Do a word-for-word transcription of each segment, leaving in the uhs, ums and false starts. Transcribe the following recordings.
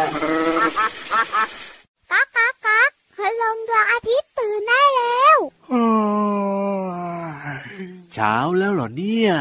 ก๊ากก๊ากก๊ากพลังดวงอาทิตย์ตื่นได้แล้วเช้าแล้วเหรอเนี่ย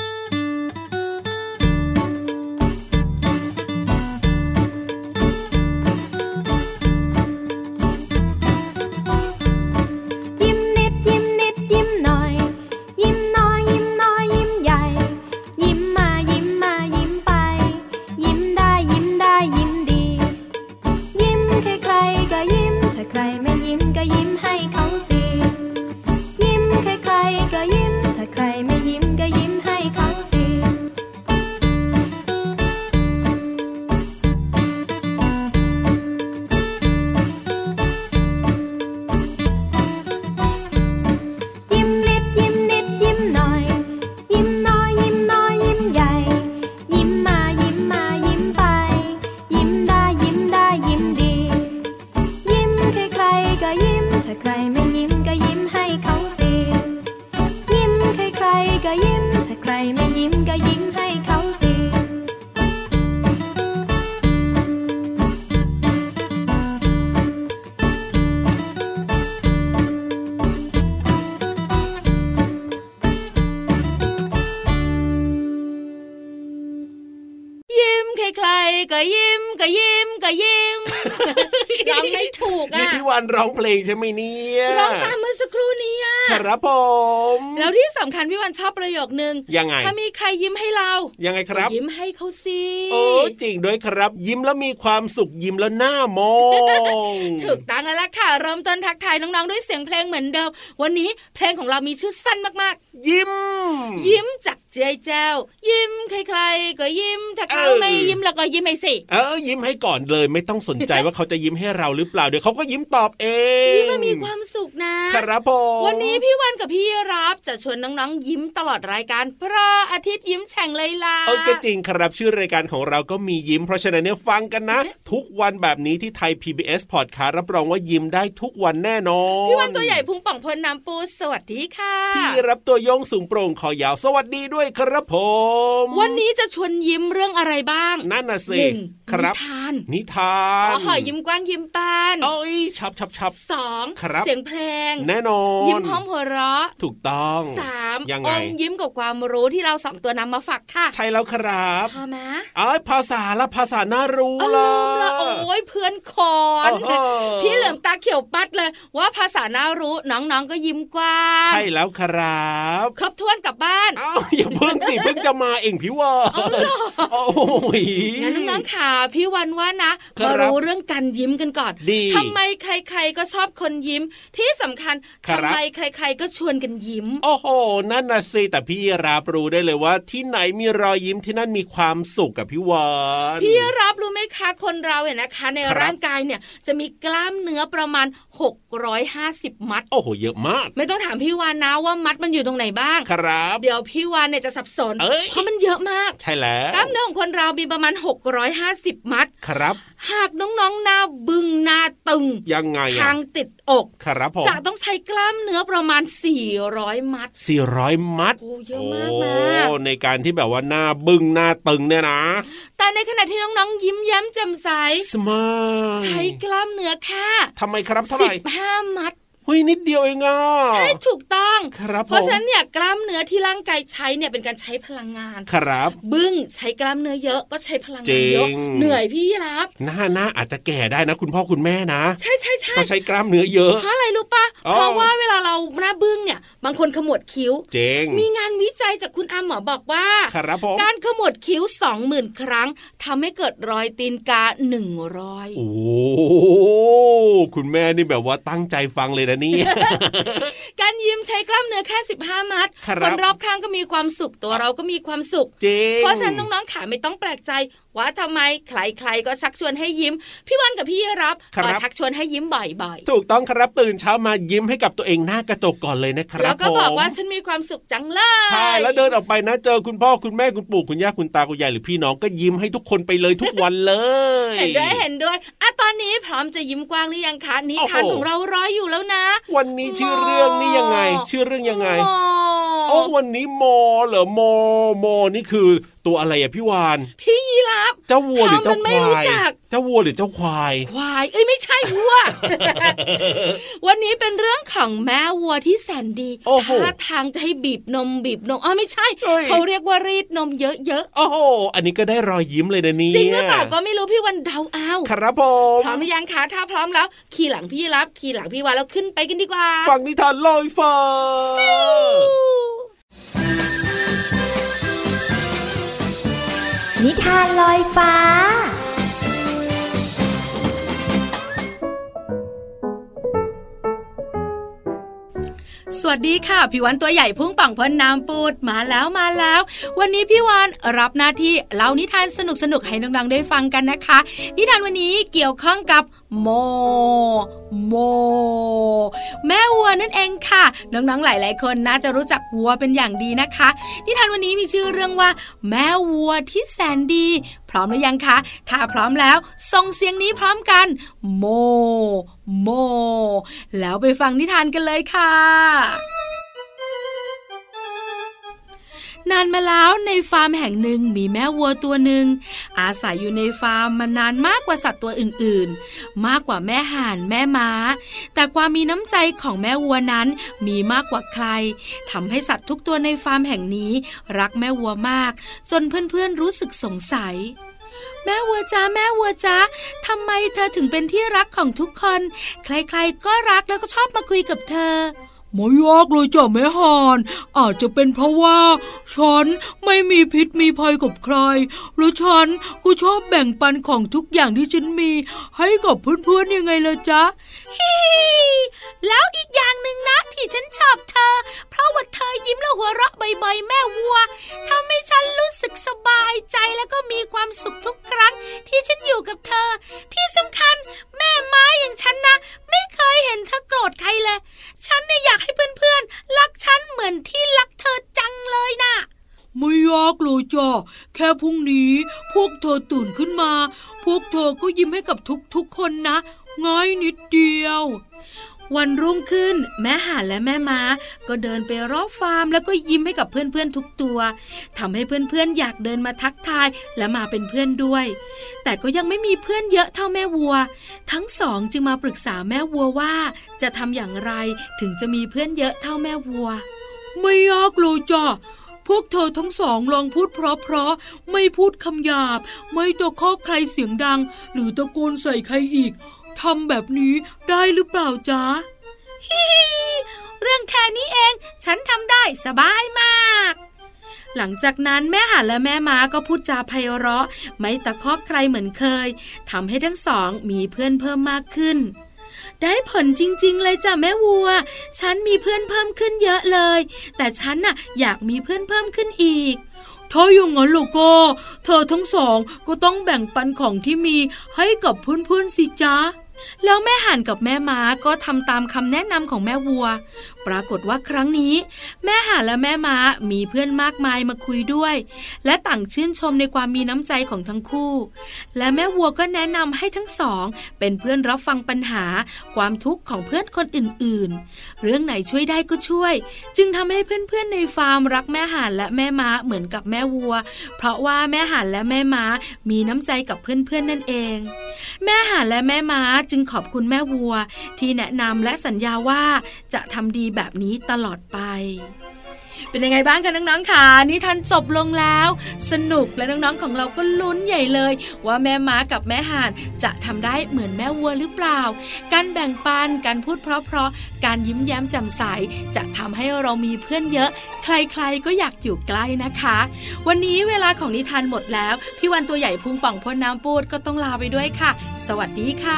ก็ยิ้มก็ยิ้มก็ยิ้มร้องไม่ถูกอ่ะนี่พี่วันร้องเพลงใช่ไหมเนี่ยร้องตามเมื่อสักครู่นี้อ่ะครับผมแล้วที่สำคัญพี่วันชอบประโยคนึงยังไงถ้ามีใครยิ้มให้เรายังไงครับยิ้มให้เขาสิโอ้จริงด้วยครับยิ้มแล้วมีความสุขยิ้มแล้วหน้ามองถูกต้องแล้วล่ะค่ะเริ่มต้นทักทายน้องๆด้วยเสียงเพลงเหมือนเดิมวันนี้เพลงของเรามีชื่อสั้นมากๆยิ้มยิ้มจากใจเจ้ายิ้มใครๆก็ยิ้มถ้าเขาไม่ยิ้มแล้วก็ยิ้มให้สิเออยิ้มให้ก่อนเลยไม่ต้องสนใจว่าเขาจะยิ้มให้เราหรือเปล่าเดี๋ยวเขาก็ยิ้มตอบเองยิ้มมันมีความสุขนะครับผมวันนี้พี่วันกับพี่รับจะชวนน้องๆยิ้มตลอดรายการพระอาทิตย์ยิ้มแฉ่งเลยล่ะเออก็จริงครับชื่อรายการของเราก็มียิ้มเพราะฉะนั้นเนี่ยฟังกันนะทุกวันแบบนี้ที่ไทย พี บี เอส Podcast รับรองว่ายิ้มได้ทุกวันแน่นอนพี่วันตัวใหญ่พุงป่องพลน้ำปูสวัสดีค่ะพี่รับตัวโยงสูงโปร่งคอยาวสวัสดีด้วยครับผมวันนี้จะชวนยิ้มเรื่องอะไรบ้างนั่นน่ะสินิทานนิทานอ๋อหอยยิ้มกว้างยิ้มปานโอ้ยชับชับชับสองเสียงเพลงแน่นอนยิ้มพร้อมหัวเราะถูกต้องสามยังไงอมยิ้มกับความรู้ที่เราสองตัวนำมาฝากค่ะใช่แล้วครับพอไหมอ๋อภาษาละภาษาน่ารู้ละโอ้ยเพื่อนคอนพี่เหลือมตาเขียวปัดเลยว่าภาษาน่ารู้น้องๆก็ยิ้มกว้างใช่แล้วครับครบถ้วนกลับบ้านอ้าวอย่าเพิ่งสิเพิ่งจะมาเองพี่ว่าโอ้ยงั้นน้องๆค่ะพี่วันว่านะมารู้เรื่องการยิ้มกันก่อนทำไมใครๆก็ชอบคนยิ้มที่สำคัญทำไมใครๆก็ชวนกันยิ้มโอ้โหนั่นน่ะสิแต่พี่รับรู้ได้เลยว่าที่ไหนมีรอยยิ้มที่นั่นมีความสุขกับพี่วานพี่รับรู้ไหมคะคนเราเนี่ยนะคะในร่างกายเนี่ยจะมีกล้ามเนื้อประมาณหกร้อยห้าสิบมัดโอ้โหเยอะมากไม่ต้องถามพี่วานนะว่ามัดมันอยู่ตรงไหนบ้างครับเดี๋ยวพี่วานเนี่ยจะสับสนเพราะมันเยอะมากใช่แล้วกล้ามเนื้อของคนเรามีประมาณหกร้อยห้าสิบมัดครับหากน้องๆหน้าบึ้งหน้าตึงยังไงคางติดอกครับผมจะต้องใช้กล้ามเนื้อประมาณสี่ร้อยมัดสี่ร้อยมัดโอ้เยอะมากนะโอ้ในการที่แบบว่าหน้าบึ้งหน้าตึงเนี่ยนะแต่ในขณะที่น้องๆยิ้มแย้มแจ่มใสสมาร์ทใช้กล้ามเนื้อแค่ทำไมครับเท่าไหร่สิบห้ามัดเฮ้ยนิดเดียวเองอ่ะใช่ถูกต้องเพราะฉะนั้นเนี่ยกล้ามเนื้อที่ร่างกายใช้เนี่ยเป็นการใช้พลังงานครับบึ้งใช้กล้ามเนื้อเยอะก็ใช้พลังงานเยอะเหนื่อยพี่รับหน้าหน้าอาจจะแก่ได้นะคุณพ่อคุณแม่นะใช่ใช่ใช่ก็ใช้กล้ามเนื้อเยอะเพราะอะไรรู้ปะเพราะว่าเวลาเราหน้าบึ้งเนี่ยบางคนขมวดคิ้วเจ๋งมีงานวิจัยจากคุณอาหมอบอกว่าการขมวดคิ้ว สองหมื่น ครั้งทำให้เกิดรอยตีนกาหนึ่งร้อยโอ้คุณแม่นี่แบบว่าตั้งใจฟังเลยนะนี่การยิ้มใช้กล้ามเนื้อแค่สิบห้ามัดคนรอบข้างก็มีความสุขตัวเราก็มีความสุขเพราะฉะนั้นน้องๆขาไม่ต้องแปลกใจว่าทำไมใครๆก็ชักชวนให้ยิ้มพี่วันกับพี่รับก็ชักชวนให้ยิ้มบ่อยๆถูกต้องครับตื่นเช้ามายิ้มให้กับตัวเองหน้ากระจกก่อนเลยนะครับแล้วก็บอกว่าฉันมีความสุขจังเลยใช่แล้วเดินออกไปนะเจอคุณพ่อคุณแม่คุณปู่คุณย่าคุณตาคุณยายหรือพี่น้องก็ยิ้มให้ทุกคนไปเลยทุกวันเลยเห็นด้วยเห็นด้วยอ่ะตอนนี้พร้อมจะยิ้มกว้างหรือยังคะนิทานของเรารออยู่แล้วนะวันนี้ชื่อเรื่องนี่ยังไงชื่อเรื่องยังไงโอ้วันนี้โมเหรอโมโมนี่คือตัวอะไรอะพี่วานพี่ยีราฟเจ้าวัวหรือเจ้าควายเจ้าวัวหรือเจ้าควายควายเอ้ยไม่ใช่วัว วันนี้เป็นเรื่องของแม่วัวที่แสนดีท่าทางจะให้บีบนมบีบนมอ๋อไม่ใช่เขาเรียกว่ารีดนมเยอะๆโอ้โหอันนี้ก็ได้รอยยิ้มเลยนะนี่จริงหรือเปล่าก็ไม่รู้พี่วันเดาเอาครับผมพร้อมหรือยังคะถ้าพร้อมแล้วขี่หลังพี่รับขี่หลังพี่วานแล้วขึ้นไปกันดีกว่าฟังนิทานลอยฟ้านิทานลอยฟ้าสวัสดีค่ะพี่วันตัวใหญ่พุ่งป่องพ้นน้ำปูดมาแล้วมาแล้ววันนี้พี่วันรับหน้าที่เล่านิทานสนุกๆให้น้องๆได้ฟังกันนะคะนิทานวันนี้เกี่ยวข้องกับโมโมแม่วัวนั่นเองค่ะน้องๆหลายๆคนน่าจะรู้จักวัวเป็นอย่างดีนะคะนิทานวันนี้มีชื่อเรื่องว่าแม่วัวที่แสนดีพร้อมหรือยังคะถ้าพร้อมแล้วส่งเสียงนี้พร้อมกันโมโมแล้วไปฟังนิทานกันเลยค่ะนานมาแล้วในฟาร์มแห่งหนึ่งมีแม่วัวตัวหนึ่งอาศัยอยู่ในฟาร์มมานานมากกว่าสัตว์ตัวอื่นๆมากกว่าแม่ห่านแม่ม้าแต่ความมีน้ำใจของแม่วัวนั้นมีมากกว่าใครทำให้สัตว์ทุกตัวในฟาร์มแห่งนี้รักแม่วัวมากจนเพื่อนๆรู้สึกสงสัยแม่วัวจ้าแม่วัวจ้าทำไมเธอถึงเป็นที่รักของทุกคนใครๆก็รักแล้วก็ชอบมาคุยกับเธอไม่ยากเลยจ้ะแม่ห่านอาจจะเป็นเพราะว่าฉันไม่มีพิษมีภัยกับใครหรือฉันก็ชอบแบ่งปันของทุกอย่างที่ฉันมีให้กับเพื่อนๆยังไงล่ะจ๊ะฮิแล้วอีกอย่างหนึ่งนะที่ฉันชอบเธอเพราะว่าเธอยิ้มแล้วหัวเราะบ่อยๆแม่วัวทำให้ฉันรู้สึกสบายใจแล้วก็มีความสุขทุกครั้งที่ฉันอยู่กับเธอที่สำคัญแม่ม้าอย่างฉันนะไม่เคยเห็นเธอโกรธใครเลยฉันเนี่ยอยากให้เพื่อนๆรักฉันเหมือนที่รักเธอจังเลยนะไม่ยากเลยจ้ะแค่พรุ่งนี้พวกเธอตื่นขึ้นมาพวกเธอก็ยิ้มให้กับทุกๆคนนะง่ายนิดเดียววันรุ่งขึ้นแม่ห่านและแม่ม้าก็เดินไปรอบฟาร์มแล้วก็ยิ้มให้กับเพื่อนๆทุกตัวทำให้เพื่อนๆอยากเดินมาทักทายและมาเป็นเพื่อนด้วยแต่ก็ยังไม่มีเพื่อนเยอะเท่าแม่วัวทั้งสองจึงมาปรึกษาแม่วัวว่าจะทำอย่างไรถึงจะมีเพื่อนเยอะเท่าแม่วัวไม่ยากเลยจ้ะพวกเธอทั้งสองลองพูดเพราะๆไม่พูดคำหยาบไม่ตะคอกใครเสียงดังหรือตะโกนใส่ใครอีกทำแบบนี้ได้หรือเปล่าจ๊ะฮิเรื่องแค่นี้เองฉันทำได้สบายมากหลังจากนั้นแม่ห่านและแม่ม้าก็พูดจาไพเราะไม่ตะคอกใครเหมือนเคยทำให้ทั้งสองมีเพื่อนเพิ่มมากขึ้นได้ผลจริงๆเลยจ้ะแม่วัวฉันมีเพื่อนเพิ่มขึ้นเยอะเลยแต่ฉันน่ะอยากมีเพื่อนเพิ่มขึ้นอีกถ้าอย่างนั้นแล้วก็เธอทั้งสองก็ต้องแบ่งปันของที่มีให้กับเพื่อนๆสิจ๊ะแล้วแม่ห่านกับแม่ม้าก็ทำตามคำแนะนำของแม่วัวปรากฏว่าครั้งนี้แม่ห่านและแม่ม้ามีเพื่อนมากมายมาคุยด้วยและต่างชื่นชมในความมีน้ำใจของทั้งคู่และแม่วัวก็แนะนำให้ทั้งสองเป็นเพื่อนรับฟังปัญหาความทุกข์ของเพื่อนคนอื่นๆเรื่องไหนช่วยได้ก็ช่วยจึงทำให้เพื่อนๆในฟาร์มรักแม่ห่านและแม่ม้าเหมือนกับแม่วัวเพราะว่าแม่ห่านและแม่ม้ามีน้ำใจกับเพื่อนๆนั่นเองแม่ห่านและแม่ม้าจึงขอบคุณแม่วัวที่แนะนำและสัญญาว่าจะทำดีแบบนี้ตลอดไปเป็นยังไงบ้างกันน้องๆค่ะนิทานจบลงแล้วสนุกและน้องๆของเราก็ลุ้นใหญ่เลยว่าแม่ม้ากับแม่ห่านจะทำได้เหมือนแม่วัวหรือเปล่าการแบ่งปันการพูดเพราะๆการยิ้มแย้มแจ่มใสจะทำให้เรามีเพื่อนเยอะใครๆก็อยากอยู่ใกล้นะคะวันนี้เวลาของนิทานหมดแล้วพี่วันตัวใหญ่พุงป่องพ่นน้ำปูดก็ต้องลาไปด้วยค่ะสวัสดีค่ะ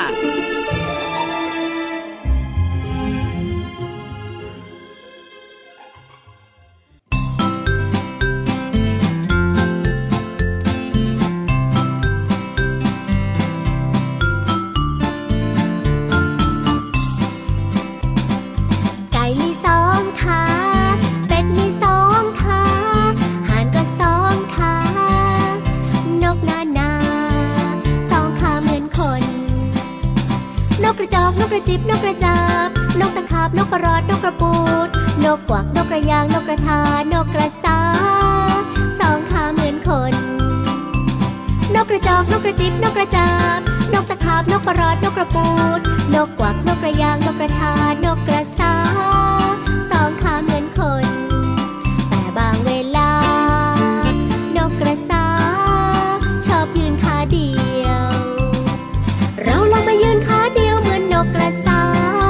นกกระจิบนกกระจาบนกตะขาบนกกระรอดนกกระปูดนกกวักนกกระยางนกกระทานกกระสาสองขาเหมือนคนนกกระจอกนกกระจิบนกกระจาบนกตะขาบนกกระรอดนกกระปูดนกกวักนกกระยางนกกระทานกกระสาสองขาเหมือนคนแต่บางเวลานกกระสาชอบยืนขาเดียวเราลองมายืนขาเดียวเหมือนนกกระสา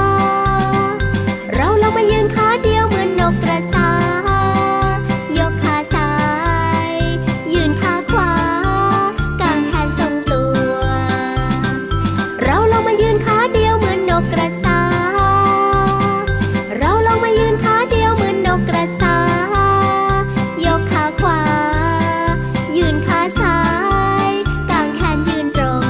เราลองมายืนขาเดียวเหมือนนกกระสายกขาซ้ายยืนขาขวากางแขนทรงตัวเราลองมายืนขาเดียวเหมือนนกกระสาเราลองมายืนขาเดียวเหมือนนกกระสายกขาขวายืนขาซ้ายกางแขนยืนตรง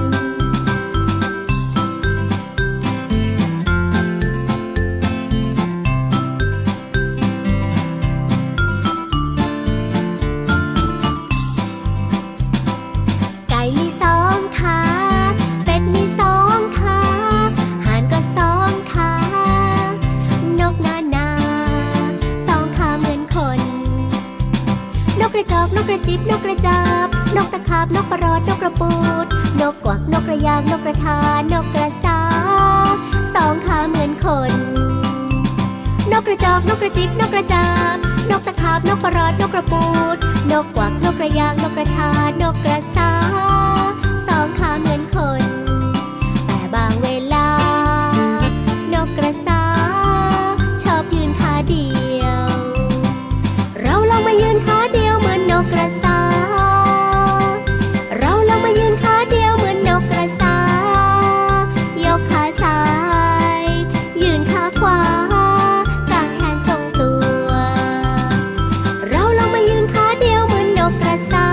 ไก่มีสองขาเป็ดมีสองขาห่านก็สองขานกนานาสองขาเหมือนคนนกกระจอกนกกระจิบนกกระจาบนกตะขาบนกกระรอดนกกระปูดนกกวักนกกระยางนกกระทานกกระสาสองขาเหมือนคนนกกระจอกนกกระจิบนกกระจาบนกตะขาบนกกระรอดนกกระปูดนกกวักนกกระยางนกกระทานกกระสาสองขาเหมือนคนแต่บางเวลานกกระสาชอบยืนขาเดียวเราลองมายืนขาเดียวเหมือนนกกระสาเราลองมายืนขาเดียวเหมือนนกกระสายกขาซ้ายยืนขาขวากางแขนทรงตัวเราลองมายืนขาเดียวเหมือนนกกระสา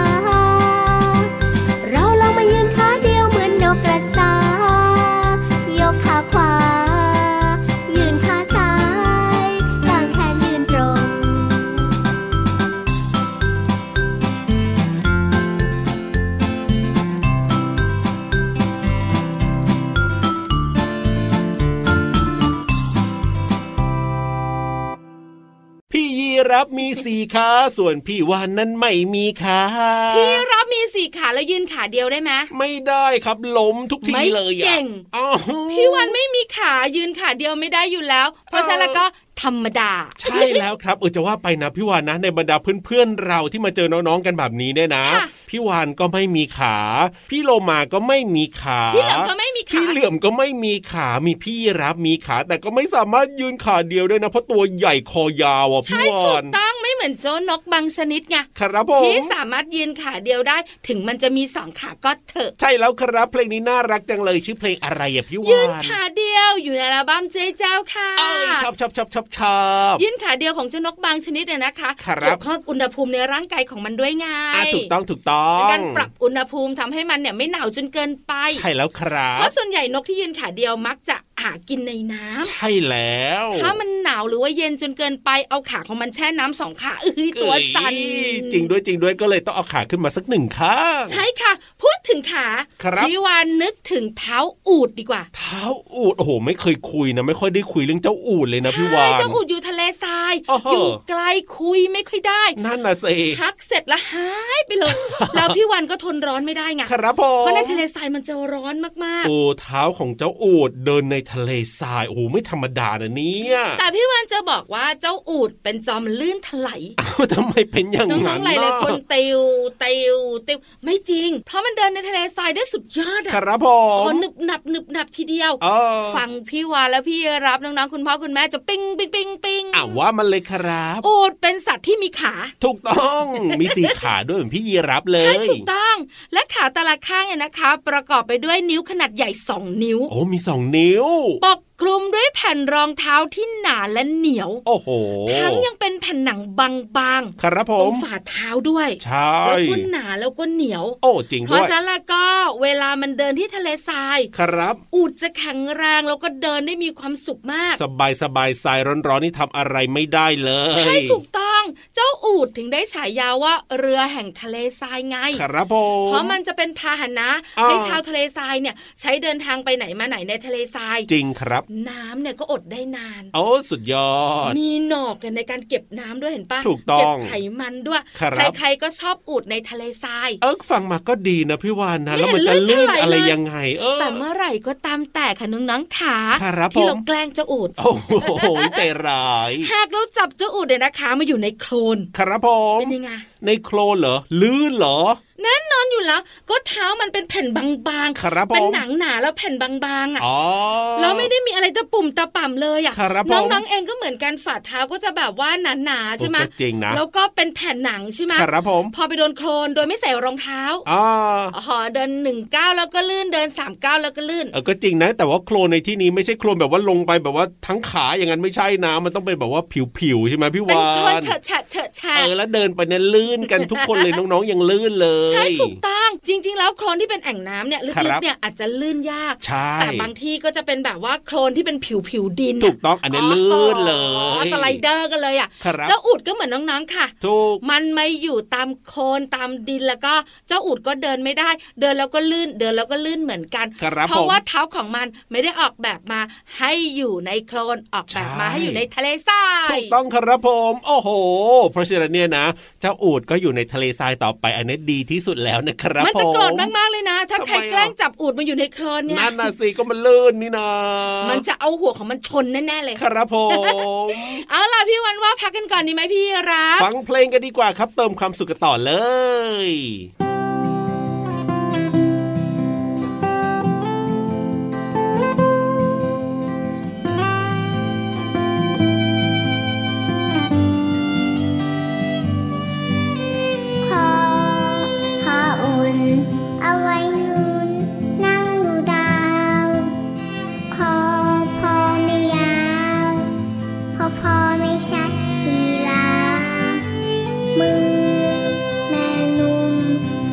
เราลองมายืนขาเดียวเหมือนนกกระสายกขาขวายืนขาซ้ายกางแขนยืนตรงพี่ยีรับมีสี่ขาส่วนพี่วานนั้นไม่มีขาพี่รับมีสี่ขาแล้วยืนขาเดียวได้ไหมไม่ได้ครับล้มทุกทีเลยไม่เก่งพี่วานไม่มีขายืนขาเดียวไม่ได้อยู่แล้วเพราะฉะนั้นก็ธรรมดาใช่แล้วครับเออจะว่าไปนะพี่วานนะในบรรดาเพื่อนๆเราที่มาเจอน้องๆกันแบบนี้เนี่ยนะพี่วานก็ไม่มีขาพี่โลมาก็ไม่มีขาพี่เหลือมก็ไม่มีขาพี่เหลือมก็ไม่มีขามีพี่รับมีขาแต่ก็ไม่สามารถยืนขาเดียวได้นะเพราะตัวใหญ่คอยาวอ่ะพี่วานใช่ถูกต้องไม่เหมือนเจ้านกบางชนิดไงครับผมพี่สามารถยืนขาเดียวได้ถึงมันจะมีสองขาก็เถอะใช่แล้วครับเพลงนี้น่ารักจังเลยชื่อเพลงอะไรอ่ะพี่วานยืนขาเดียวอยู่ในอัลบั้มเจ๊เจ้าค่ะเอ้ยชอบชอบชอบชอบชอบยืนขาเดียวของเจ้านกบางชนิดเนี่ยนะคะเกี่ยวข้องอุณหภูมิในร่างกายของมันด้วยไงถูกต้องถูกต้องการปรับอุณหภูมิทำให้มันเนี่ยไม่หนาวจนเกินไปใช่แล้วครับเพราะส่วนใหญ่นกที่ยืนขาเดียวมักจะหากินในน้ำใช่แล้วถ้ามันหนาวหรือว่าเย็นจนเกินไปเอาขาของมันแช่น้ำสองขาเอ้ยตัวสั่นจริงด้วยจริงด้วยก็เลยต้องเอาขาขึ้นมาสักหนึ่งข้างใช่ค่ะพูดถึงขาพี่วานนึกถึงเท้าอูฐดีกว่าเท้าอูฐโอ้โหไม่เคยคุยนะไม่ค่อยได้คุยเรื่องเจ้าอูฐเลยนะพี่วานเจ้าอูฐอยู่ทะเลทรายอยู่ไกลคุยไม่ค่อยได้นั่นน่ะสิพักเสร็จแล้วหายไปเลย แล้วพี่วานก็ทนร้อนไม่ได้ไงครับผมเพราะในทะเลทรายมันจะร้อนมากๆโอ้เท้าของเจ้าอูฐเดินในทะเลทรายโอ้โหไม่ธรรมดานะเนี่ยแต่พี่วานจะบอกว่าเจ้าอูฐเป็นจอมลื่นถลายอ้าวทำไมเป็นอย่างนั้นน้องๆหลายๆคนติวติวติวไม่จริงเพราะมันเดินในทะเลทรายได้สุดยอดอ่ะครับผมคนหนึบหนับหนึบหนับทีเดียวฟังพี่วานแล้วพี่รับน้องๆคุณพ่อคุณแม่จะปิ้งปิ้งปิ้งปิ้งอ้าวว่ามันเลยครับอูฐเป็นสัตว์ที่มีขาถูกต้องมีสี่ขาด้วยเหมือนพี่ยีรับเลยใช่ถูกต้องและขาแต่ละข้างเนี่ยนะคะประกอบไปด้วยนิ้วขนาดใหญ่สองนิ้วโอ้มีสองนิ้วปกคลุมด้วยแผ่นรองเท้าที่หนาและเหนียวโอ้โหทั้งยังเป็นแผ่นหนังบางๆครับผมตรงฝ่าเท้าด้วยใช่แล้วก็หนาแล้วก็เหนียวโอ้จริงด้วยเพราะฉะนั้นแล้วก็เวลามันเดินที่ทะเลทรายครับอูฐจะแข็งแรงแล้วก็เดินได้มีความสุขมากสบายสบายทรายร้อนๆนี่ทำอะไรไม่ได้เลยใช่ถูกต้องเจ้าอูฐถึงได้ฉายาว่าเรือแห่งทะเลทรายไงครับผมเพราะมันจะเป็นพาหนะให้ชาวทะเลทรายเนี่ยใช้เดินทางไปไหนมาไหนในทะเลทรายจริงครับน้ำเนี่ยก็อดได้นานโอ้สุดยอดมีหนอกกันในการเก็บน้ำด้วยเห็นปะถูกต้องเก็บไขมันด้วยใครๆก็ชอบอูฐในทะเลทรายเออฟังมาก็ดีนะพี่วานนะแล้วมันจะลื่นอะไรยังไงเออแต่เมื่อไหร่ก็ตามแต่ค่ะน้องๆขาที่เราแกล้งเจ้าอูฐโอ้โหใจร้ายหากเราจับเจ้าอูฐเนี่ยนะคะมาอยู่ในโคลนครับผมเป็นยังไงในโคลนเหรอลื่นเหรอแน่นอนอยู่แล้วก็เท้ามันเป็นแผ่นบางๆเป็นหนังหนาแล้วแผ่นบางๆอ่ะแล้วไม่ได้มีอะไรตะปุ่มตะป่ำเลยอ่ะน้องๆเองก็เหมือนกันฝ่าเท้าก็จะแบบว่าหนาๆใช่ไหมจริงนะแล้วก็เป็นแผ่นหนังใช่ไหมครับผมพอไปโดนโคลนโดยไม่ใส่รองเท้าอ๋อเดินหนึ่งก้าวแล้วก็ลื่นเดินสามก้าวแล้วก็ลื่นเออก็จริงนะแต่ว่าโคลนในที่นี้ไม่ใช่โคลนแบบว่าลงไปแบบว่าทั้งขาอย่างนั้นไม่ใช่นะมันต้องเป็นแบบว่าผิวๆใช่ไหมพี่วานเป็นโคลนเฉอะแฉะเฉอะแฉะเออแล้วเดินไปเนี่ยลื่นกันทุกคนเลยน้องๆยังลื่นเลยใช่ถูกต้องจริงๆแล้วโคลนที่เป็นแอ่งน้ำเนี่ยลึกๆเนี่ยอาจจะลื่นยากแต่บางที่ก็จะเป็นแบบว่าโคลนที่เป็นผิวผิวดินถูกต้องอันนี้ลื่นเลยสไลเดอร์กันเลยอ่ะเจ้าอูฐก็เหมือนน้องๆค่ะถูกมันไม่อยู่ตามโคลนตามดินแล้วก็เจ้าอูฐก็เดินไม่ได้เดินแล้วก็ลื่นเดินแล้วก็ลื่นเหมือนกันเพราะว่าเท้าของมันไม่ได้ออกแบบมาให้อยู่ในโคลนออกแบบมาให้อยู่ในทะเลทรายถูกต้องครับผมโอ้โหเพราะฉะนั้นเนี่ยนะเจ้าอูฐก็อยู่ในทะเลทรายต่อไปอันนี้ดีที่สุดแล้วนะครับมันจะโกรธมากๆเลยนะถ้าใครแกล้งจับอูฐมาอยู่ในโคลนเนี่ยนั่นน่ะสิก็มันลื่นนี่นะมันจะเอาหัวของมันชนแน่ๆเลยครับผมเอาล่ะพี่วันว่าพักกันก่อนดีไหมพี่รับฟังเพลงกันดีกว่าครับเติมความสุขกันต่อเลยเอาไว้นูนนั่งดูดาวคอพอไม่ยาวพอพอไม่ชัดลีลามือแม่นุ่ม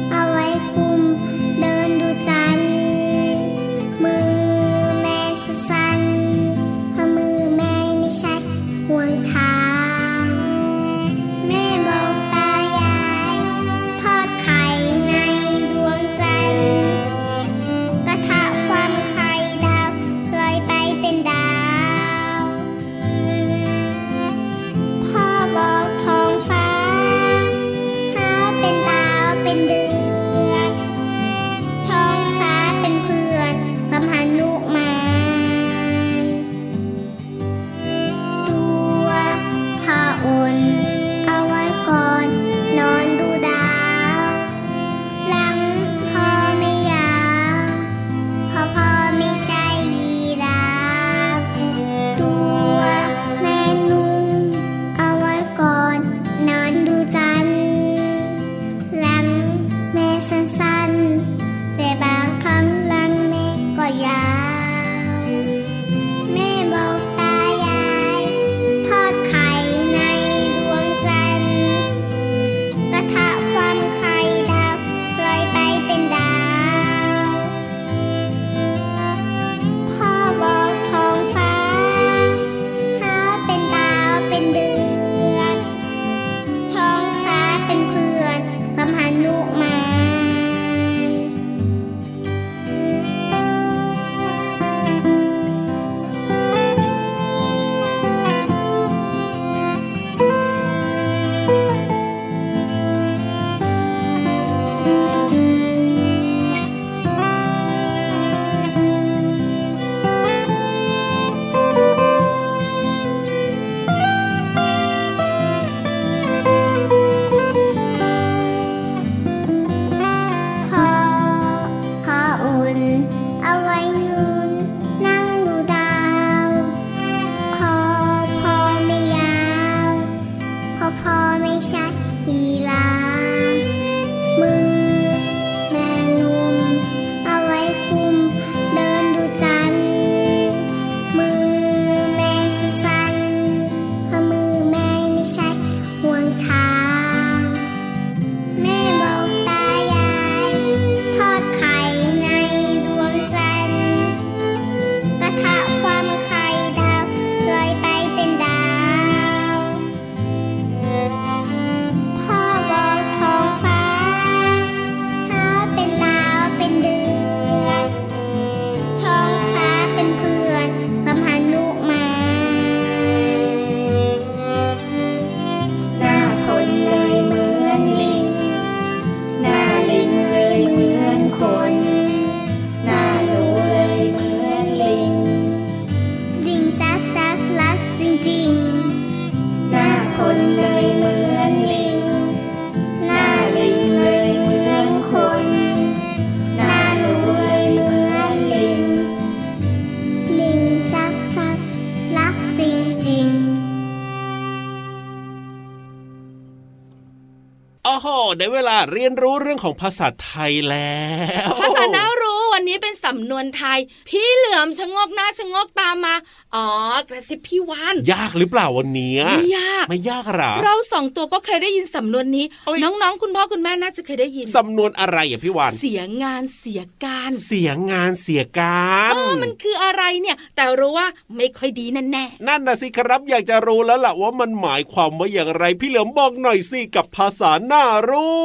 ได้เวลาเรียนรู้เรื่องของภาษาไทยแล้วภาษาน่ารู้วันนี้เป็นสำนวนไทยพี่เหลือมชะงกหน้าชะงกตามมาอ๋อกระซิบพี่วานยากหรือเปล่าวันนี้ไม่ยากไม่ยากหรอเราสองตัวก็เคยได้ยินสำนวนนี้น้องๆคุณพ่อคุณแม่น่าจะเคยได้ยินสำนวนอะไรอ่ะพี่วานเสียงานเสียการเสียงานเสียการเออมันคืออะไรเนี่ยแต่รู้ว่าไม่ค่อยดีแน่แน่นั่นน่ะสิครับอยากจะรู้แล้วล่ะว่ามันหมายความว่าอย่างไรพี่เหลือมบอกหน่อยสิกับภาษาน่ารู้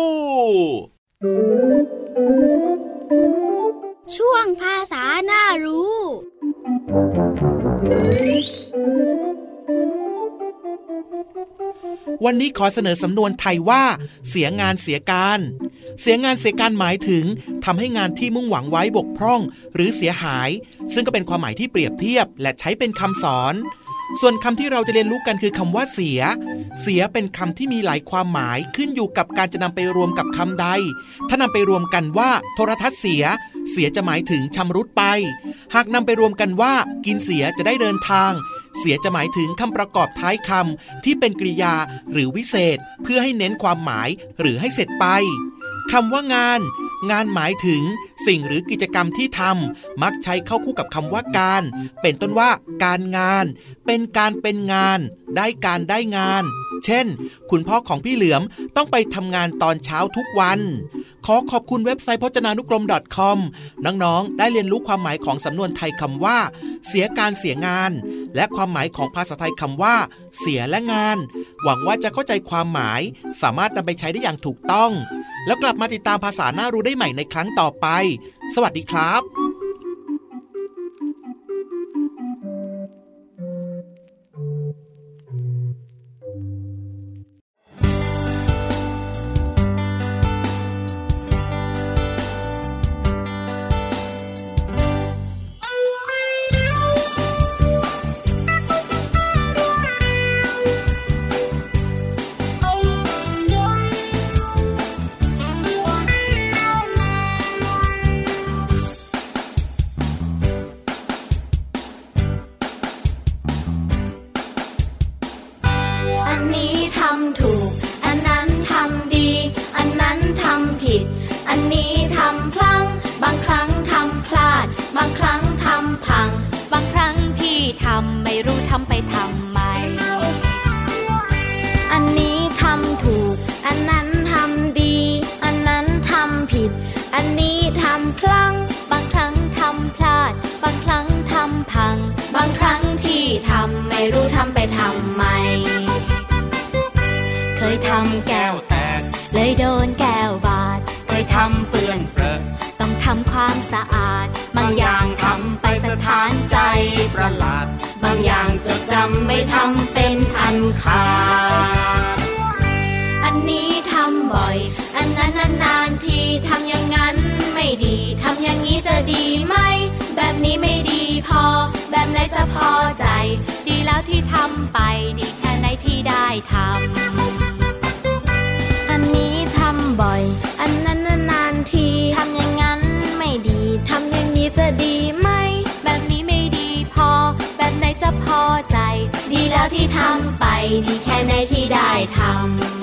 ช่วงภาษาน่ารู้วันนี้ขอเสนอสำนวนไทยว่าเสียงานเสียการเสียงานเสียการหมายถึงทำให้งานที่มุ่งหวังไว้บกพร่องหรือเสียหายซึ่งก็เป็นความหมายที่เปรียบเทียบและใช้เป็นคำสอนส่วนคำที่เราจะเรียนรู้กันคือคำว่าเสียเสียเป็นคำที่มีหลายความหมายขึ้นอยู่กับการจะนำไปรวมกับคำใดถ้านำไปรวมกันว่าโทรทัศน์เสียเสียจะหมายถึงชำรุดไปหากนำไปรวมกันว่ากินเสียจะได้เดินทางเสียจะหมายถึงคำประกอบท้ายคำที่เป็นกริยาหรือวิเศษเพื่อให้เน้นความหมายหรือให้เสร็จไปคำว่างานงานหมายถึงสิ่งหรือกิจกรรมที่ทำมักใช้เข้าคู่กับคำว่าการเป็นต้นว่าการงานเป็นการเป็นงานได้การได้งานเช่นคุณพ่อของพี่เหลือมต้องไปทำงานตอนเช้าทุกวันขอขอบคุณเว็บไซต์พจนานุกรม .com น้องๆได้เรียนรู้ความหมายของสำนวนไทยคำว่าเสียการเสียงานและความหมายของภาษาไทยคำว่าเสียและงานหวังว่าจะเข้าใจความหมายสามารถนำไปใช้ได้อย่างถูกต้องแล้วกลับมาติดตามภาษาน่ารู้ได้ใหม่ในครั้งต่อไปสวัสดีครับทำแก้วแตกเลยโดนแก้วบาดเคยทำเปื้อนเปรอะต้องทำความสะอาดบางอย่างทำไปสถานใจประหลาดบางอย่างจดจำไม่ทำเป็นอันขาดอันนี้ทำบ่อยอันนั้นนานๆทีทำอย่างนั้นไม่ดีทำอย่างนี้จะดีไหมแบบนี้ไม่ดีพอแบบไหนจะพอใจดีแล้วที่ทำไปดีแค่ไหนที่ได้ทำอันนี้ทำบ่อยอันนั้นนานๆทีทำอย่างนั้นไม่ดีทำอย่างนี้จะดีไหมแบบนี้ไม่ดีพอแบบไหนจะพอใจดีแล้วที่ทำไปดีแค่ไหนที่ได้ทำ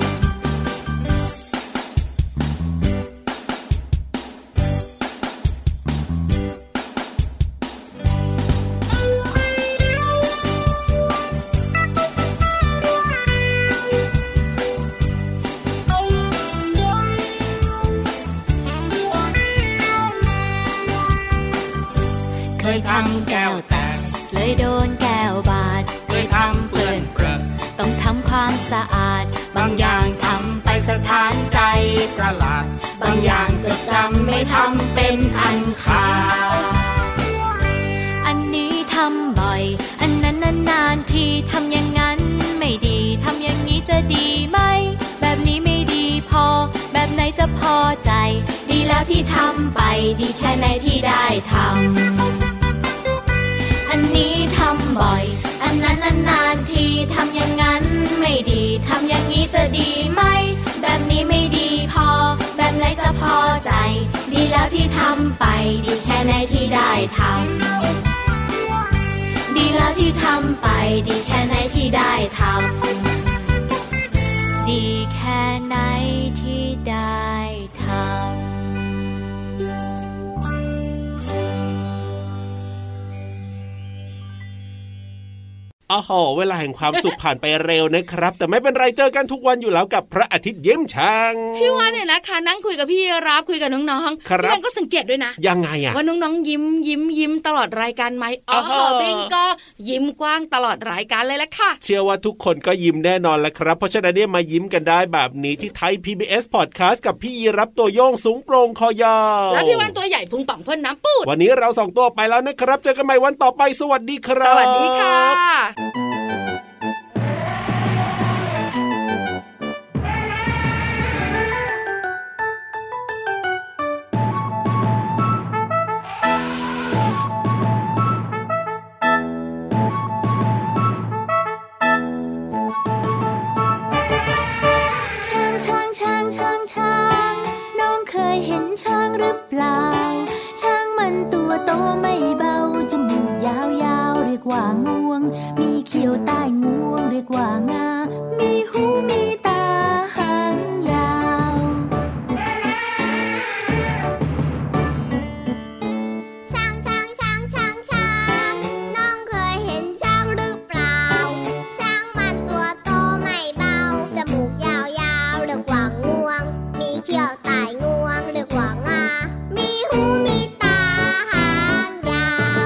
เคยทำแก้วแตกเลยโดนแก้วบาดเคยทำเปื้อนเปรอะต้องทำความสะอาดบางอย่างทำไปสถานใจประหลาดบางอย่างจดจำไม่ทำเป็นอันขาดอันนี้ทำบ่อยอันนั้นนานๆทีทำอย่างนั้นไม่ดีทำอย่างนี้จะดีไหมแบบนี้ไม่ดีพอแบบไหนจะพอใจดีแล้วที่ทำไปดีแค่ไหนที่ได้ทำอันนี้ทำบ่อยอันนั้นนานๆทีทำอย่างนั้นไม่ดีทำอย่างนี้จะดีไหมแบบนี้ไม่ดีพอแบบไหนจะพอใจดีแล้วที่ทำไปดีแค่ไหนที่ได้ทำดีแล้วที่ทำไปดีแค่ไหนที่ได้ทำดีแค่ไหนที่ได้อ๋อเวลาแห่งความสุขผ่านไปเร็วนะครับแต่ไม่เป็นไรเจอกันทุกวันอยู่แล้วกับพระอาทิตย์ยิ้มช่างพี่วานเนี่ยนะคะนั่งคุยกับพี่รับคุยกับน้องๆพี่วานก็สังเกตด้วยนะยังไงอะว่าน้องๆยิ้มยิ้มยิ้มตลอดรายการไหมอ๋อบิงก็ยิ้มกว้างตลอดรายการเลยละค่ะเชื่อว่าทุกคนก็ยิ้มแน่นอนแหละครับเพราะฉะนั้นเนี่ยมายิ้มกันได้แบบนี้ที่ไทย พี บี เอส Podcast กับพี่ยีรับตัวโยงสูงโปร่งคอยาวและพี่วานตัวใหญ่พุงป่องพ่นน้ำปูดวันนี้เราสองตัวไปแล้วนะครับเจอกันใหม่วันต่อไปสวัสดีครับสวัสดีค่ะว่างวงมีเขียวใต้งวงเรียกว่างามีหูมีตาหางยาวช้างช้างช้างช้างช้างน้องเคยเห็นช้างหรือเปล่าช้างมันตัวโตไม่เบาจมูกยาวยาวเรียกว่างวงมีเขียวใต้งวงเรียกว่างามีหูมีตาหางยาว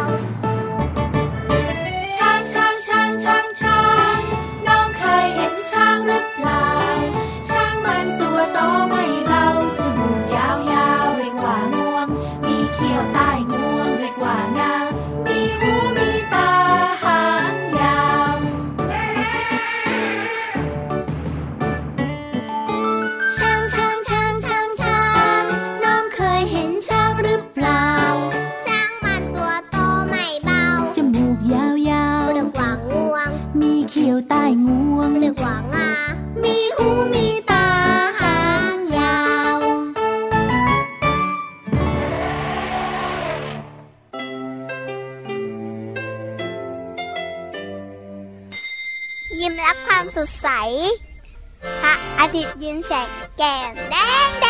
เขียวใต้งวงเรียกว่างามีหูมีตาหางยาวยิ้มรับความสดใสพระอาทิตย์ยิ้มแฉกแก้มแดง